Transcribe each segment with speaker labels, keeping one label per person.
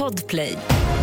Speaker 1: Podplay.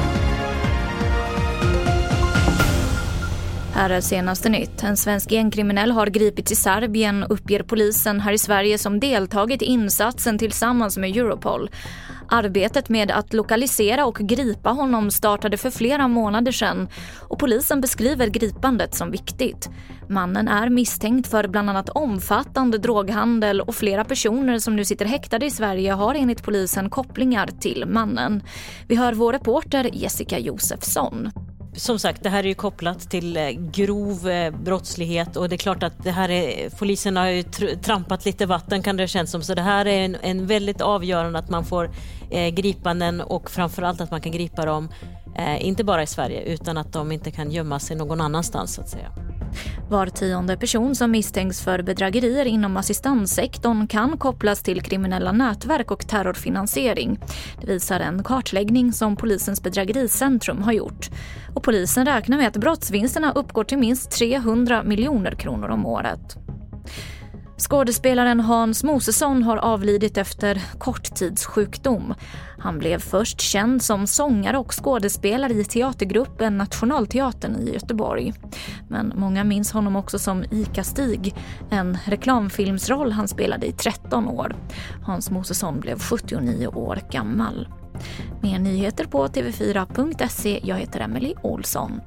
Speaker 2: Här är senaste nytt. En svensk gängkriminell har gripits i Serbien, uppger polisen här i Sverige, som deltagit i insatsen tillsammans med Europol. Arbetet med att lokalisera och gripa honom startade för flera månader sedan och polisen beskriver gripandet som viktigt. Mannen är misstänkt för bland annat omfattande droghandel och flera personer som nu sitter häktade i Sverige har enligt polisen kopplingar till mannen. Vi hör vår reporter Jessica Josefsson.
Speaker 3: Som sagt, det här är ju kopplat till grov brottslighet och det är klart att det här är, polisen har ju trampat lite vatten, kan det kännas som. Så det här är en väldigt avgörande att man får gripanden och framförallt att man kan gripa dem inte bara i Sverige utan att de inte kan gömma sig någon annanstans så att säga.
Speaker 2: Var 10:e person som misstänks för bedrägerier inom assistanssektorn kan kopplas till kriminella nätverk och terrorfinansiering. Det visar en kartläggning som polisens bedrägericentrum har gjort. Och polisen räknar med att brottsvinsterna uppgår till minst 300 miljoner kronor om året. Skådespelaren Hans Mosesson har avlidit efter korttidssjukdom. Han blev först känd som sångare och skådespelare i teatergruppen Nationalteatern i Göteborg. Men många minns honom också som Ica-Stig, en reklamfilmsroll han spelade i 13 år. Hans Mosesson blev 79 år gammal. Mer nyheter på tv4.se. Jag heter Emily Olsson.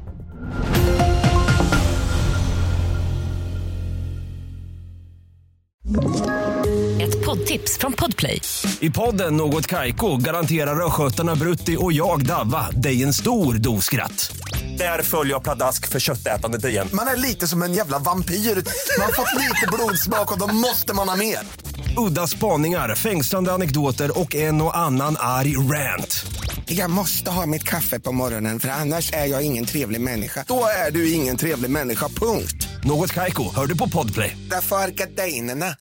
Speaker 1: Ett poddtips från Podplay.
Speaker 4: I podden Något Kaiko garanterar röskötarna Brutti och jag Davva dig en stor doskratt. Där följer jag pladask för köttätandet igen.
Speaker 5: Man är lite som en jävla vampyr. Man har fått lite blodsmak och då måste man ha mer.
Speaker 4: Udda spaningar, fängslande anekdoter och en och annan arg rant.
Speaker 5: Jag måste ha mitt kaffe på morgonen för annars är jag ingen trevlig människa. Då är du ingen trevlig människa, punkt.
Speaker 4: Något Kaiko, hör du på Podplay.
Speaker 5: Därför är gardinerna.